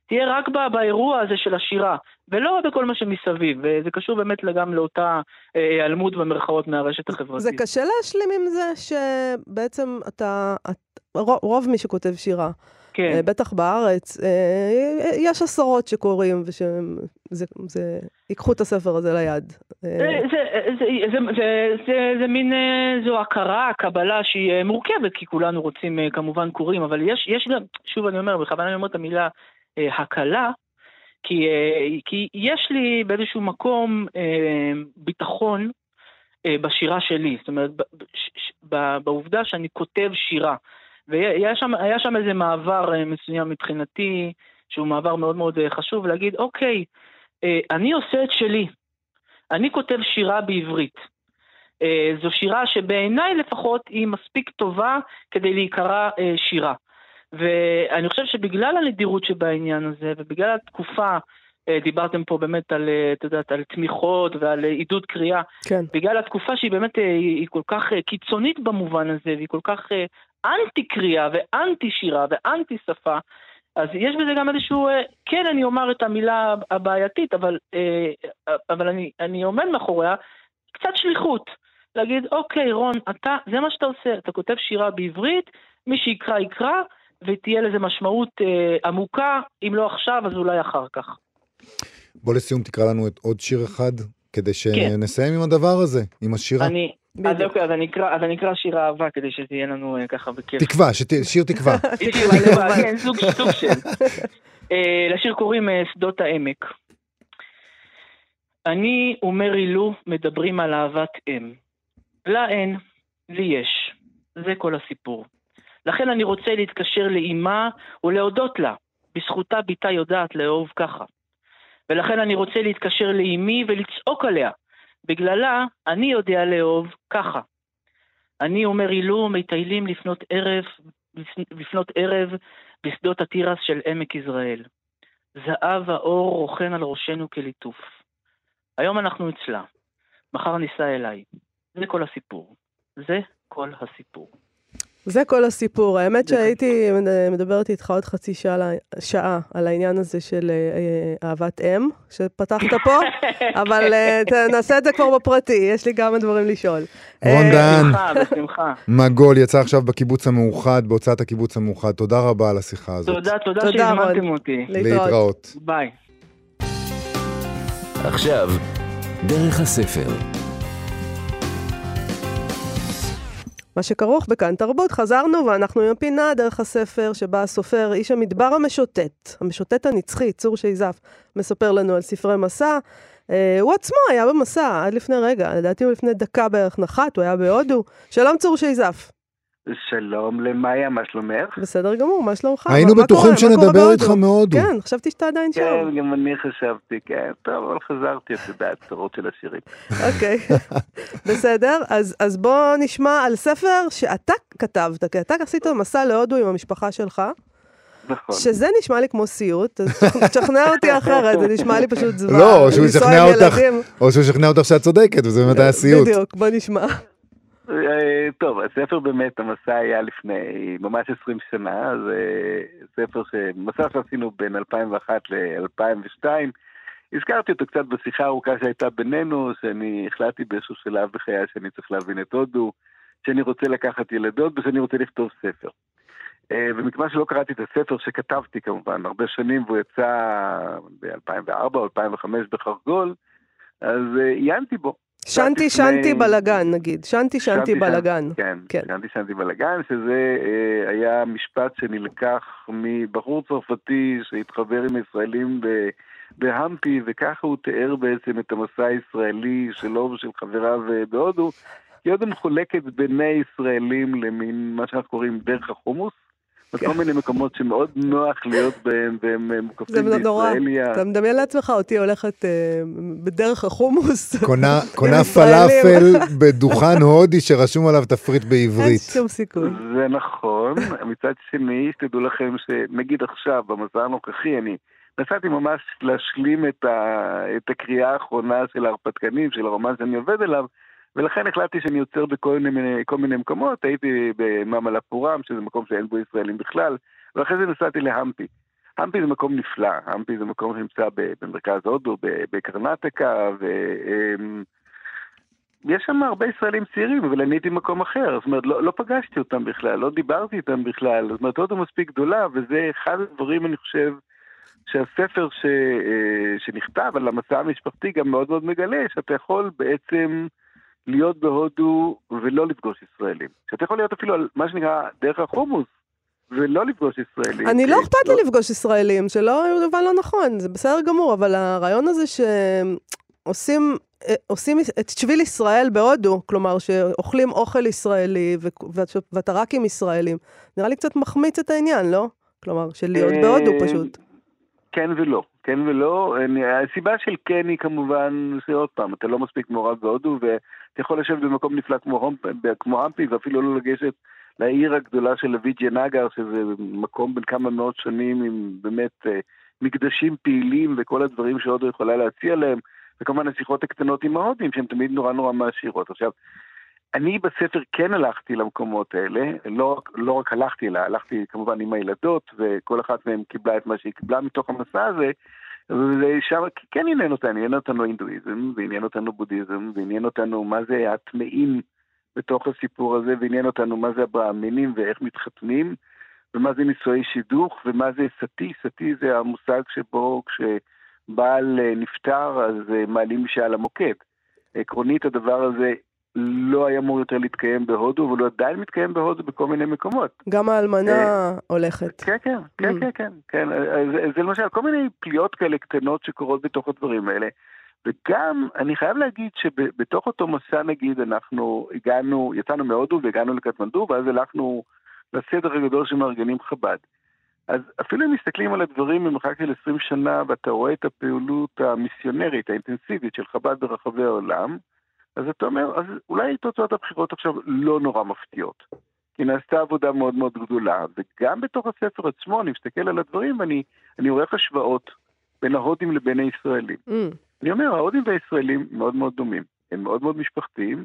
תהיה רק בא, באירוע הזה של השירה, ולא בכל מה שמסביב, וזה קשור באמת גם לאותה היעלמות במרכאות מהרשת החברתית. זה קשה להשלים עם זה שבעצם אתה, רוב מי שכותב שירה, כן. בטח בארץ, יש עשרות שקוראים ושזה ייקחו את הספר הזה ליד. זה, זה, זה, זה, זה, זה, זה מין, זו הכרה, קבלה שהיא מורכבת, כי כולנו רוצים כמובן קוראים, אבל יש, יש גם, שוב אני אומר, בכוונה אני אומר את המילה הקלה, כי, כי יש לי באיזשהו מקום ביטחון בשירה שלי, זאת אומרת, בעובדה שאני כותב שירה, והיה שם, היה שם איזה מעבר מסוים מבחינתי, שהוא מעבר מאוד מאוד חשוב, להגיד, אוקיי, אני עושה את שלי, אני כותב שירה בעברית. זו שירה שבעיניי לפחות היא מספיק טובה כדי להיקרא שירה. ואני חושב שבגלל הנדירות שבעניין הזה, ובגלל התקופה, דיברתם פה באמת על, את יודעת, על תמיכות ועל עידוד קריאה, כן. בגלל התקופה שהיא באמת היא כל כך קיצונית במובן הזה, והיא כל כך אנטי קריאה ואנטי שירה ואנטי שפה, אז יש בזה גם איזשהו, כן אני אומר את המילה הבעייתית, אבל, אבל אני, אני עומד מאחוריה, קצת שליחות, להגיד אוקיי רון, אתה, זה מה שאתה עושה, אתה כותב שירה בעברית, מי שיקרא יקרא, ותהיה לזה משמעות עמוקה, אם לא עכשיו אז אולי אחר כך. בוא לסיום תקרא לנו את עוד שיר אחד, כדי שנסיים עם הדבר הזה, עם השירה. אני, אז אוקיי, אז אני אקרא, אז אני אקרא שיר אהבה, כדי שזה יהיה לנו ככה בכיף. תקווה, שיר תקווה. שיר תקווה, כן, סוג של. לשיר קוראים שדות העמק. אני ומרי לו מדברים על אהבת אם. לה אין, לי יש. זה כל הסיפור. לכן אני רוצה להתקשר לאימה ולהודות לה. בזכותה ביתה יודעת לאהוב ככה. ולכן אני רוצה להתקשר לאימי ולצעוק עליה. בגללה אני יודע לאהוב ככה. אני ומרי לו מטיילים לפנות ערב, לפנות ערב בשדות התירס של עמק יזרעאל. זהב האור רוכן על ראשנו כליטוף. היום אנחנו אצלה. מחר ניסע אליי. זה כל הסיפור. זה כל הסיפור. זה כל הסיפור. האמת שהייתי מדברת איתך עוד חצי שעה, שעה על העניין הזה של אהבת אם, שפתחת פה, אבל נעשה את זה כבר בפרטי, יש לי כמה דברים לשאול. רון דהן, בשמחה. מגול, יצא עכשיו בקיבוץ המאוחד, בהוצאת הקיבוץ המאוחד. תודה רבה על השיחה הזאת. תודה, תודה שהזמנתם אותי. להתראות. ביי. עכשיו, דרך הספר. מה שכרוך בכאן תרבות, חזרנו ואנחנו עם הפינה דרך הספר שבה הסופר איש המדבר המשוטט, המשוטט הנצחי, צור שייזף, מספר לנו על ספרי מסע. אה, הוא עצמו היה במסע עד לפני רגע, לדעתי הוא לפני דקה בערך נחת, הוא היה בהודו. שלום צור שייזף. שלום למאיה, מה שלומך? בסדר גמור, מה שלומך? היינו בטוחים שנדבר איתך מהודו. כן, חשבתי שאתה עדיין שם. כן, גם אני חשבתי, כן. טוב, אבל חזרתי את יודעת, צרות של השירים. אוקיי, בסדר. אז בוא נשמע על ספר שאתה כתבת, כי אתה עשית מסע להודו עם המשפחה שלך. נכון. שזה נשמע לי כמו סיוט, אז תשכנע אותי אחרת, זה נשמע לי פשוט זוועה. לא, או שהוא ישכנע אותך, או שהוא ישכנע אותך שאת צודקת, וזה באמת היה סיוט. בדיוק, בוא נשמע. טוב, הספר באמת, המסע היה לפני ממש עשרים שנה, זה ספר שמסע שעשינו בין אלפיים ואחת ל-אלפיים ושתיים, הזכרתי אותו קצת בשיחה ארוכה שהייתה בינינו, שאני החלטתי באיזשהו שלב בחיי שאני צריך להבין את הודו, שאני רוצה לקחת ילדות ושאני רוצה לכתוב ספר. ומכמה שלא קראתי את הספר שכתבתי כמובן, הרבה שנים, והוא יצא ב-אלפיים וארבע או אלפיים וחמש בחרגול, אז עיינתי בו. שנתי שנתי בלגן נגיד, שנתי שנתי בלגן. כן, שנתי שנתי בלגן, שזה היה משפט שנלקח מבחור צרפתי שהתחבר עם ישראלים בהמפי, וככה הוא תיאר בעצם את המסע הישראלי שלו ושל חבריו בהודו, כי הודו מחולקת ביני ישראלים למין מה שאנחנו קוראים דרך החומוס, בכל מיני מקומות שמאוד נוח להיות בהם, והם מוקפים בישראליה. אתה מדמיין לעצמך אותי הולכת בדרך החומוס. קונה פלאפל בדוכן הודי שרשום עליו תפריט בעברית. אין שום סיכוי. זה נכון. מצד שני, שתדעו לכם שנגיד עכשיו, במסע הנוכחי, אני נסעתי ממש להשלים את הקריאה האחרונה של ההרפתקנים, של הרומן שאני עובד אליו, ולכן החלטתי שאני יוצר בכל מיני, כל מיני מקומות, הייתי בממלפורם, שזה מקום שאין בו ישראלים בכלל, ואחרי זה נסעתי להמפי. אמפי זה מקום נפלא, אמפי זה מקום שנמצא במרכז הודו, בקרנטקה, ויש שם הרבה ישראלים צעירים, אבל אני הייתי במקום אחר, זאת אומרת, לא, לא פגשתי אותם בכלל, לא דיברתי איתם בכלל, זאת אומרת, הודו מספיק גדולה, וזה אחד הדברים, אני חושב, שהספר ש, שנכתב על המסע המשפחתי גם מאוד מאוד מגלה, שאתה יכול בעצם להיות בהודו ולא לפגוש ישראלים. שאתה יכול להיות אפילו על מה שנקרא דרך החומוס, ולא לפגוש ישראלים. אני לא אכפת לי לפגוש ישראלים, שלא יובן לא נכון, זה בסדר גמור, אבל הרעיון הזה שעושים עושים את שביל ישראל בהודו, כלומר שאוכלים אוכל ישראלי ואתה רק עם ישראלים, נראה לי קצת מחמיץ את העניין, לא? כלומר, של להיות בהודו פשוט. כן ולא, כן ולא. הסיבה של כן היא כמובן, שעוד פעם, אתה לא מספיק מעורב בהודו, ואתה יכול לשבת במקום נפלא כמו המפי, ואפילו לא לגשת לעיר הגדולה של ויג'יינגר, שזה מקום בין כמה מאות שנים עם באמת מקדשים פעילים וכל הדברים שהודו יכולה להציע להם, וכמובן השיחות הקטנות עם ההודים, שהן תמיד נורא נורא מעשירות. עכשיו, אני בספר כן הלכתי למקומות האלה, לא, לא רק הלכתי, אלא הלכתי כמובן עם הילדות, וכל אחת מהן קיבלה את מה שהיא קיבלה מתוך המסע הזה, ושם כן עניין אותנו, עניין אותנו הינדואיזם, ועניין אותנו בודהיזם, ועניין אותנו מה זה הטמאים בתוך הסיפור הזה, ועניין אותנו מה זה הברהמינים ואיך מתחתנים, ומה זה נישואי שידוך, ומה זה סתי. סתי זה המושג שבו כשבעל נפטר, אז מעלים אישה על המוקד. עקרונית הדבר הזה לא היה אמור יותר להתקיים בהודו, אבל הוא עדיין מתקיים בהודו בכל מיני מקומות. גם האלמנה הולכת. כן, כן, כן, כן, כן, כן. זה למשל כל מיני פליאות כאלה קטנות שקורות בתוך הדברים האלה. וגם, אני חייב להגיד שבתוך אותו מסע, נגיד, אנחנו הגענו, יצאנו מהודו והגענו לקטמנדו, ואז הלכנו לסדר הגדול שמארגנים חב"ד. אז אפילו אם מסתכלים על הדברים במרחק של עשרים שנה, ואתה רואה את הפעילות המיסיונרית, האינטנסיבית של חב"ד ברחבי העולם, אז אתה אומר, אז אולי תוצאות הבחירות עכשיו לא נורא מפתיעות. כי נעשתה עבודה מאוד מאוד גדולה, וגם בתוך הספר עצמו אני מסתכל על הדברים, ואני אני עורך השוואות בין ההודים לבין הישראלים. Mm. אני אומר, ההודים והישראלים מאוד מאוד דומים. הם מאוד מאוד משפחתיים,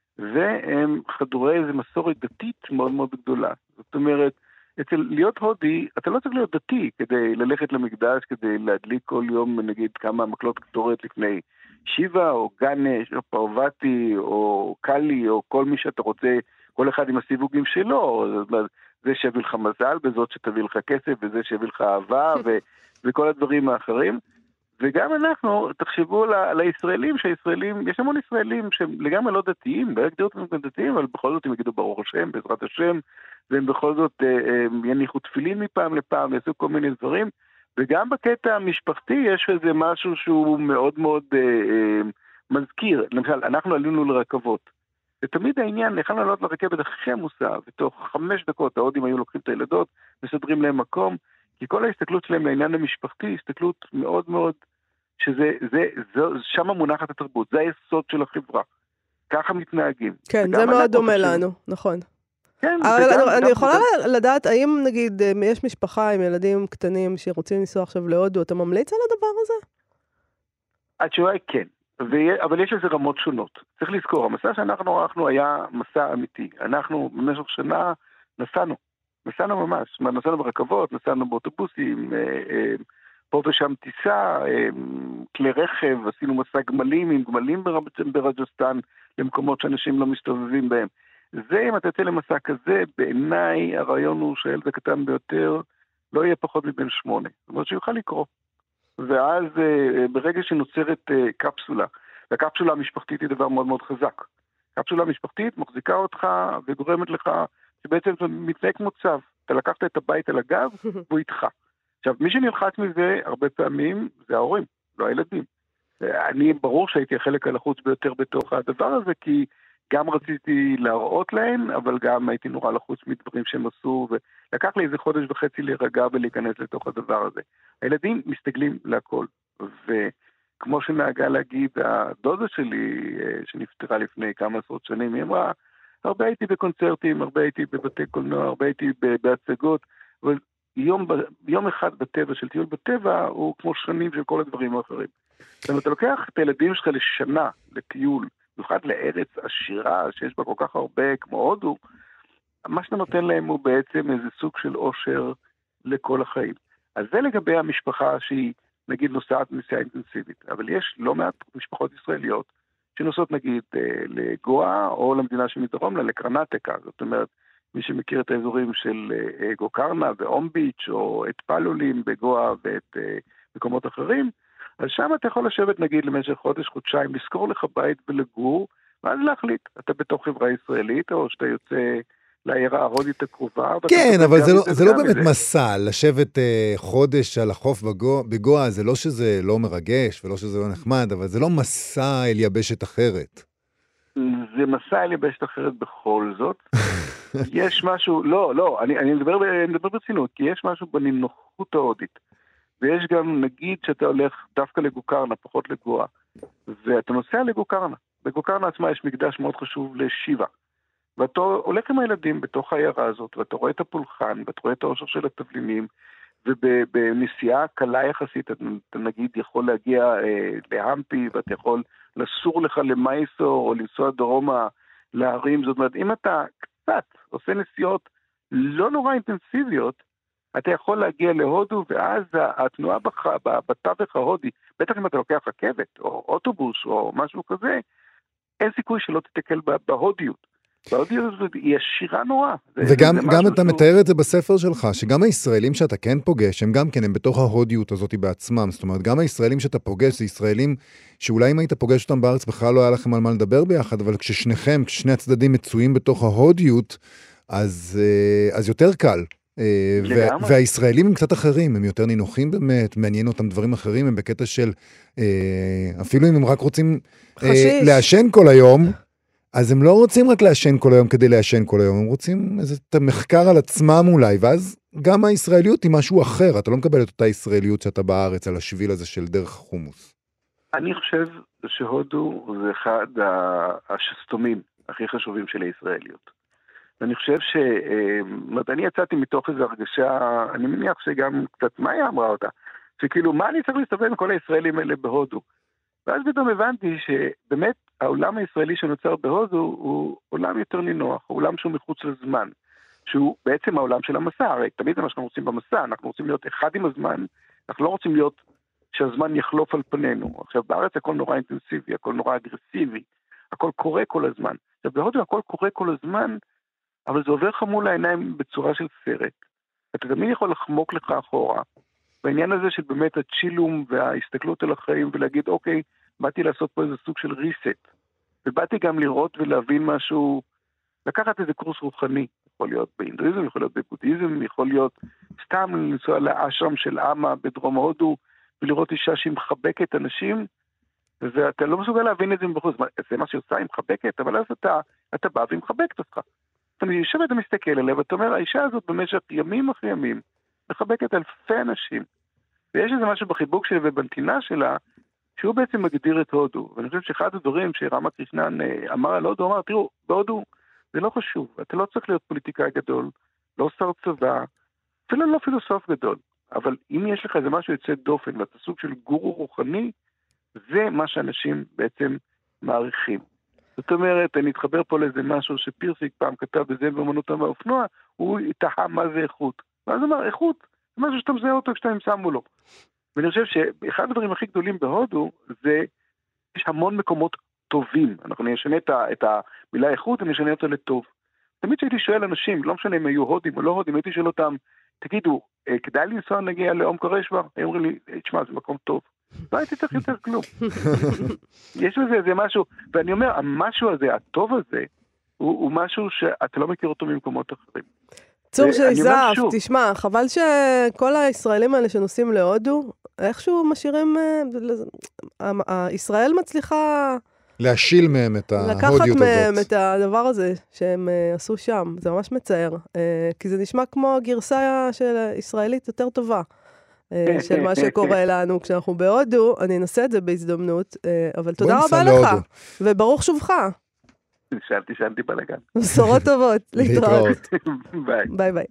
והם חדורי איזו מסורת דתית מאוד מאוד גדולה. זאת אומרת, אצל להיות הודי, אתה לא צריך להיות דתי כדי ללכת למקדש, כדי להדליק כל יום, נגיד, כמה מקלות קטורת לפני שיבה, או גנש, או פרווטי, או קלי, או כל מי שאתה רוצה, כל אחד עם הסיווגים שלו, זה שיביא לך מזל, בזאת שתביא לך כסף, וזה שיביא לך אהבה, ו- וכל הדברים האחרים. וגם אנחנו, תחשבו על הישראלים, שהישראלים, יש המון ישראלים שהם לגמרי לא דתיים, לא יגדירו אותם דתיים, אבל בכל זאת הם יגידו ברוך השם, בעזרת השם, והם בכל זאת יניחו תפילין מפעם לפעם, יעשו כל מיני דברים, וגם בקטע המשפחתי יש איזה משהו שהוא מאוד מאוד אה, אה, מזכיר. למשל, אנחנו עלינו לרכבות. ותמיד העניין, יכולנו לעלות לרכבת הכי עמוסה, ותוך חמש דקות ההודים היו לוקחים את הילדות, מסדרים להם מקום, כי כל ההסתכלות שלהם לעניין המשפחתי, הסתכלות מאוד מאוד, שזה, זה, זה, שם מונחת התרבות, זה היסוד של החברה. ככה מתנהגים. כן, זה מאוד דומה לנו, נכון. כן, אבל וגם, אני, אני יכולה גם... לדעת, האם נגיד יש משפחה עם ילדים קטנים שרוצים לנסוע עכשיו להודו, אתה ממליץ על הדבר הזה? התשובה היא כן, ו... אבל יש לזה רמות שונות. צריך לזכור, המסע שאנחנו ערכנו היה מסע אמיתי. אנחנו במשך שנה נסענו, נסענו ממש, נסענו ברכבות, נסענו באוטובוסים, פה ושם טיסה, כלי רכב, עשינו מסע גמלים עם גמלים ברג'סטן, למקומות שאנשים לא מסתובבים בהם. זה, אם אתה יוצא למסע כזה, בעיניי הרעיון הוא שהילד הקטן ביותר לא יהיה פחות מבין שמונה. זאת אומרת שיוכל לקרוא. ואז ברגע שנוצרת קפסולה, והקפסולה המשפחתית היא דבר מאוד מאוד חזק. קפסולה המשפחתית מחזיקה אותך וגורמת לך, שבעצם זה מתנהג כמו צו. אתה לקחת את הבית על הגב והוא איתך. עכשיו, מי שנלחץ מזה הרבה פעמים זה ההורים, לא הילדים. אני ברור שהייתי החלק הלחוץ ביותר בתוך הדבר הזה, כי גם רציתי להראות להם, אבל גם הייתי נורא לחוץ מדברים שהם עשו, ולקח לי איזה חודש וחצי להירגע ולהיכנס לתוך הדבר הזה. הילדים מסתגלים להכל, וכמו שנהגה להגיד, הדודה שלי, שנפטרה לפני כמה עשרות שנים, היא אמרה, הרבה הייתי בקונצרטים, הרבה הייתי בבתי קולנוע, הרבה הייתי בהצגות, אבל יום, יום אחד בטבע של טיול בטבע, הוא כמו שנים של כל הדברים האחרים. זאת אומרת, אתה לוקח את הילדים שלך לשנה, לטיול, במיוחד לארץ עשירה, שיש בה כל כך הרבה, כמו הודו, מה שאתה נותן להם הוא בעצם איזה סוג של עושר לכל החיים. אז זה לגבי המשפחה שהיא, נגיד, נוסעת נסיעה אינטנסיבית. אבל יש לא מעט משפחות ישראליות שנוסעות, נגיד, לגואה, או למדינה שמדרום לה, לקרנטקה. זאת אומרת, מי שמכיר את האזורים של גוקרנה ואום ביץ' או את פלולים בגואה ואת מקומות אחרים, אז שם אתה יכול לשבת, נגיד, למשך חודש, חודשיים, לזכור לך בית ולגור, ואז להחליט. אתה בתוך חברה ישראלית, או שאתה יוצא לעיירה ההודית הקרובה. כן, אבל זה לא, זה לא באמת מסע, לשבת אה, חודש על החוף בגואה, בגואה, זה לא שזה לא מרגש, ולא שזה לא נחמד, אבל זה לא מסע אל יבשת אחרת. זה מסע אל יבשת אחרת בכל זאת. יש משהו, לא, לא, אני, אני מדבר, אני מדבר ברצינות, כי יש משהו בנינוחות ההודית. ויש גם, נגיד שאתה הולך דווקא לגוקרנה, פחות לגואה, ואתה נוסע לגוקרנה. בגוקרנה עצמה יש מקדש מאוד חשוב לשיבה. ואתה הולך עם הילדים בתוך העיירה הזאת, ואתה רואה את הפולחן, ואתה רואה את האושר של התבלינים, ובנסיעה קלה יחסית, אתה נגיד יכול להגיע אה, להמפי, ואתה יכול לסור לך למייסור, או לנסוע דרומה להרים. זאת אומרת, אם אתה קצת עושה נסיעות לא נורא אינטנסיביות, אתה יכול להגיע להודו, ואז התנועה בח... בתווך ההודי, בטח אם אתה לוקח רכבת, או אוטובוס, או משהו כזה, אין סיכוי שלא תתקל בהודיות. בהודיות הזאת היא עשירה נורא. וגם גם אתה שהוא... מתאר את זה בספר שלך, שגם הישראלים שאתה כן פוגש, הם גם כן, הם בתוך ההודיות הזאת בעצמם. זאת אומרת, גם הישראלים שאתה פוגש, זה ישראלים שאולי אם היית פוגש אותם בארץ, בכלל לא היה לכם על מה לדבר ביחד, אבל כששניכם, כששני הצדדים מצויים בתוך ההודיות, אז, אז יותר קל. וה, והישראלים הם קצת אחרים, הם יותר נינוחים באמת, מעניין אותם דברים אחרים, הם בקטע של, אפילו אם הם רק רוצים לעשן כל היום, אז הם לא רוצים רק לעשן כל היום כדי לעשן כל היום, הם רוצים איזה מחקר על עצמם אולי, ואז גם הישראליות היא משהו אחר, אתה לא מקבל את אותה ישראליות שאתה בארץ, על השביל הזה של דרך חומוס. אני חושב שהודו זה אחד השסתומים הכי חשובים של הישראליות. ואני חושב ש... אני יצאתי מתוך איזו הרגשה, אני מניח שגם קצת מאיה אמרה אותה, שכאילו, מה אני צריך להסתובב עם כל הישראלים האלה בהודו? ואז פתאום הבנתי שבאמת העולם הישראלי שנוצר בהודו הוא עולם יותר נינוח, הוא עולם שהוא מחוץ לזמן, שהוא בעצם העולם של המסע, הרי תמיד זה מה שאנחנו רוצים במסע, אנחנו רוצים להיות אחד עם הזמן, אנחנו לא רוצים להיות שהזמן יחלוף על פנינו. עכשיו בארץ הכל נורא אינטנסיבי, הכל נורא אגרסיבי, הכל קורה כל הזמן. עכשיו בהודו הכל קורה כל הזמן, אבל זה עובר לך מול העיניים בצורה של סרט. אתה תמיד יכול לחמוק לך אחורה, בעניין הזה של באמת הצ'ילום וההסתכלות על החיים, ולהגיד, אוקיי, באתי לעשות פה איזה סוג של ריסט, ובאתי גם לראות ולהבין משהו, לקחת איזה קורס רוחני, יכול להיות בהינדואיזם, יכול להיות בבודהיזם, יכול להיות סתם לנסוע לאשרם של אמה בדרום הודו, ולראות אישה שהיא מחבקת אנשים, ואתה לא מסוגל להבין את זה מבחוץ, זה מה שעושה, היא מחבקת, אבל אז אתה, אתה בא והיא מחבקת אותך. אתה יושב ואתה מסתכל עליה, ואתה אומר, האישה הזאת במשך ימים אחרי ימים, מחבקת אלפי אנשים, ויש איזה משהו בחיבוק שלה ובנתינה שלה, שהוא בעצם מגדיר את הודו. ואני חושב שאחד הדברים שרמה קרישנן אמר על הודו, אמר, תראו, בהודו זה לא חשוב, אתה לא צריך להיות פוליטיקאי גדול, לא שר צבא, אפילו לא פילוסוף גדול, אבל אם יש לך איזה משהו יוצא דופן, ואתה סוג של גורו רוחני, זה מה שאנשים בעצם מעריכים. זאת אומרת, אני אתחבר פה לאיזה משהו שפירסיק פעם כתב בזה באמנותם והאופנוע, הוא תהה מה זה איכות. ואז הוא אמר, איכות, זה משהו שאתה מזהה אותו כשאתה נמצא מולו. ואני חושב שאחד הדברים הכי גדולים בהודו, זה, יש המון מקומות טובים. אנחנו נשנה את, את המילה איכות, ונשנה אותה לטוב. תמיד שהייתי שואל אנשים, לא משנה אם היו הודים או לא הודים, הייתי שואל אותם, תגידו, כדאי לנסוע נגיע לאום קרשבר? הם אומרים לי, תשמע, זה מקום טוב. לא הייתי צריך יותר כלום. יש לזה איזה משהו, ואני אומר, המשהו הזה, הטוב הזה, הוא, הוא משהו שאתה לא מכיר אותו ממקומות אחרים. צור שיזף, תשמע, חבל שכל הישראלים האלה שנוסעים להודו, איכשהו משאירים, ישראל מצליחה להשיל מהם את ההודיות הזאת. לקחת מהם את הדבר הזה שהם עשו שם, זה ממש מצער, כי זה נשמע כמו גרסה של ישראלית יותר טובה, של מה שקורה לנו כשאנחנו בהודו. אני אנסה את זה בהזדמנות, אבל תודה רבה לך, וברוך שובך. שאלתי, שאלתי בלגן. בשורות טובות, להתראות. ביי. ביי ביי.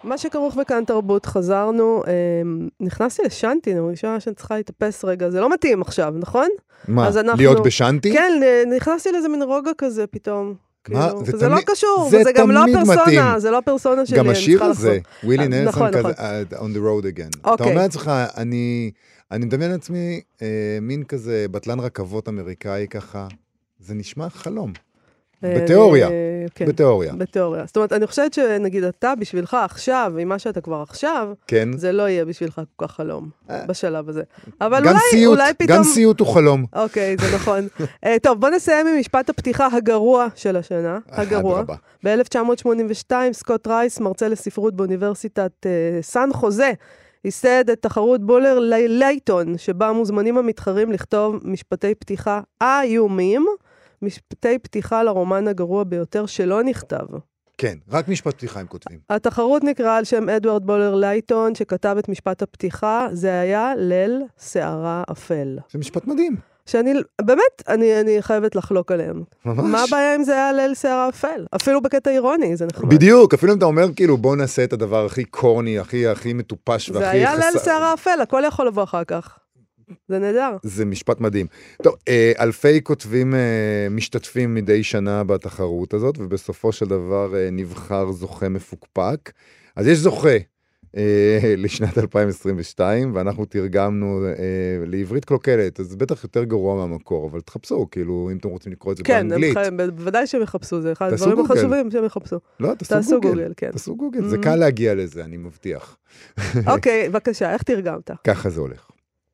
מה שכרוך בכאן תרבות, חזרנו, נכנסתי לשנטי, אני מרגישה שאני צריכה להתאפס רגע, זה לא מתאים עכשיו, נכון? מה, אנחנו, להיות בשנטי? כן, נכנסתי לאיזה מין רוגע כזה פתאום. מה? כאילו, זה זה תמיד, לא קשור, זה וזה גם לא פרסונה, מתאים. זה לא פרסונה שלי. גם השיר הזה, ווילי נלסון נכון, כזה, נכון. uh, on the road again. אוקיי. אתה אומר לעצמך, אני, אני מדמיין לעצמי אה, מין כזה בטלן רכבות אמריקאי ככה, זה נשמע חלום. בתיאוריה, כן, בתיאוריה. בתיאוריה. זאת אומרת, אני חושבת שנגיד אתה, בשבילך עכשיו, עם מה שאתה כבר עכשיו, כן. זה לא יהיה בשבילך כל כך חלום, בשלב הזה. אבל גם אולי, סיוט, אולי פתאום... גם סיוט הוא חלום. אוקיי, זה נכון. טוב, בוא נסיים עם משפט הפתיחה הגרוע של השנה. הגרוע. ב-אלף תשע מאות שמונים ושתיים, סקוט רייס, מרצה לספרות באוניברסיטת סן חוזה, ייסד את תחרות בולר לייטון, שבה מוזמנים המתחרים לכתוב משפטי פתיחה איומים, משפטי פתיחה לרומן הגרוע ביותר שלא נכתב. כן, רק משפט פתיחה הם כותבים. התחרות נקרא על שם אדוארד בולר לייטון, שכתב את משפט הפתיחה, זה היה ליל שערה אפל. זה משפט מדהים. שאני, באמת, אני, אני חייבת לחלוק עליהם. ממש. מה הבעיה אם זה היה ליל שערה אפל? אפילו בקטע אירוני, זה נחמד. בדיוק, אפילו אם אתה אומר, כאילו, בוא נעשה את הדבר הכי קורני, הכי, הכי מטופש והכי... זה היה ליל שערה אפל, הכל יכול לבוא אחר כך. זה נהדר. זה משפט מדהים. טוב, אלפי כותבים משתתפים מדי שנה בתחרות הזאת, ובסופו של דבר נבחר זוכה מפוקפק. אז יש זוכה לשנת אלפיים עשרים ושתיים, ואנחנו תרגמנו לעברית קלוקלת, אז בטח יותר גרוע מהמקור, אבל תחפשו, כאילו, אם אתם רוצים לקרוא את זה באנגלית. כן, בוודאי שהם יחפשו, זה אחד הדברים החשובים שהם יחפשו. לא, תעשו גוגל, כן. תעשו גוגל, זה קל להגיע לזה, אני מבטיח. אוקיי, בבקשה, איך תרגמת? ככה זה הולך.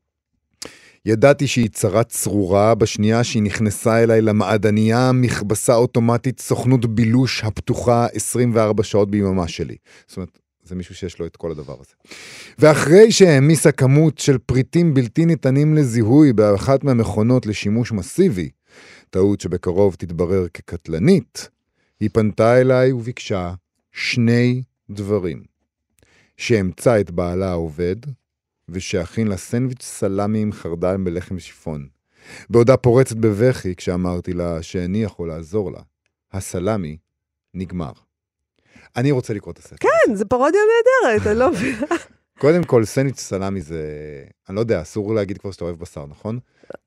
ידעתי שהיא צרת צרורה בשנייה שהיא נכנסה אליי למעדניה, מכבסה אוטומטית, סוכנות בילוש הפתוחה עשרים וארבע שעות ביממה שלי. זאת אומרת, זה מישהו שיש לו את כל הדבר הזה. ואחרי שהעמיסה כמות של פריטים בלתי ניתנים לזיהוי באחת מהמכונות לשימוש מסיבי, טעות שבקרוב תתברר כקטלנית, היא פנתה אליי וביקשה שני דברים. שאמצא את בעלה העובד, ושאכין לה סנדוויץ' סלמי עם חרדל בלחם שיפון. בעודה פורצת בבכי כשאמרתי לה שאני יכול לעזור לה. הסלמי נגמר. אני רוצה לקרוא את הספר. כן, זה פרודיה נהדרת, אני לא מבינה. קודם כל, סנדוויץ' סלמי זה, אני לא יודע, אסור להגיד כבר שאתה אוהב בשר, נכון?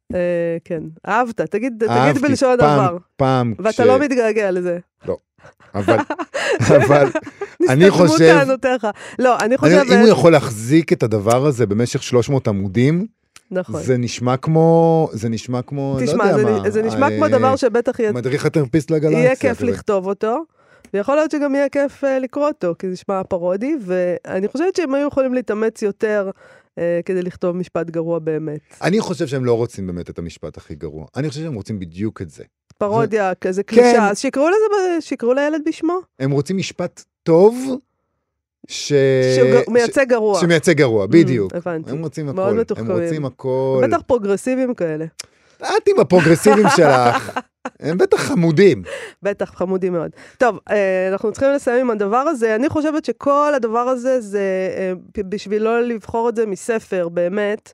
כן, אהבת, תגיד בלשון הדבר. פעם, ואתה לא מתגעגע לזה. לא. אבל, אבל, אני חושב, לא, אני חושב, אם הוא יכול להחזיק את הדבר הזה במשך שלוש מאות עמודים, נכון. זה נשמע כמו, זה נשמע כמו, תשמע, לא יודע מה. זה נשמע כמו דבר שבטח יהיה, מדריך הטרמפיסט לגלקסיה. יהיה כיף לכתוב אותו, ויכול להיות שגם יהיה כיף לקרוא אותו, כי זה נשמע פרודי, ואני חושבת שהם היו יכולים להתאמץ יותר, כדי לכתוב משפט גרוע באמת. אני חושב שהם לא רוצים באמת את המשפט הכי גרוע. אני חושב שהם רוצים בדיוק את זה. פרודיה, כזה קלישה. אז שיקראו לזה, שיקראו לילד בשמו. הם רוצים משפט טוב, ש... שמייצג גרוע. שמייצג גרוע, בדיוק. הבנתי. הם רוצים הכל. מאוד מתוחכמים. הם רוצים הכל. בטח פרוגרסיביים כאלה. את עם הפרוגרסיביים שלך. הם בטח חמודים. בטח, חמודים מאוד. טוב, אנחנו צריכים לסיים עם הדבר הזה. אני חושבת שכל הדבר הזה, זה בשביל לא לבחור את זה מספר, באמת,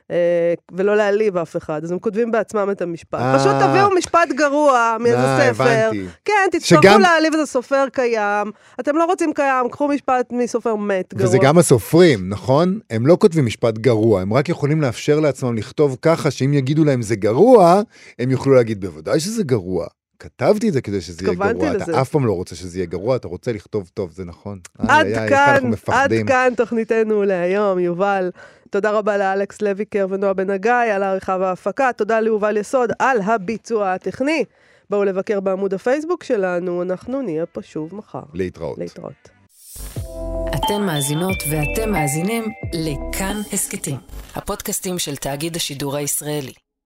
ולא להעליב אף אחד. אז הם כותבים בעצמם את המשפט. פשוט תביאו משפט גרוע מאיזה ספר. כן, תצטרכו להעליב איזה סופר קיים. אתם לא רוצים קיים, קחו משפט מסופר מת גרוע. וזה גם הסופרים, נכון? הם לא כותבים משפט גרוע, הם רק יכולים לאפשר לעצמם לכתוב ככה, שאם יגידו להם זה גרוע, הם יוכלו להגיד, בוודאי שזה גרוע. כתבתי את זה כדי שזה יהיה גרוע. אתה אף פעם לא רוצה שזה יהיה גרוע, אתה רוצה לכתוב טוב, זה נכון. עד כאן, עד כאן תוכניתנו להיום, יובל. תודה רבה לאלכס לויקר ונועה בן הגיא על העריכה וההפקה. תודה ליובל יסוד על הביצוע הטכני. בואו לבקר בעמוד הפייסבוק שלנו, אנחנו נהיה פה שוב מחר. להתראות. להתראות. אתן מאזינות ואתם מאזינים לכאן הסקטים, הפודקאסטים של תאגיד השידור הישראלי.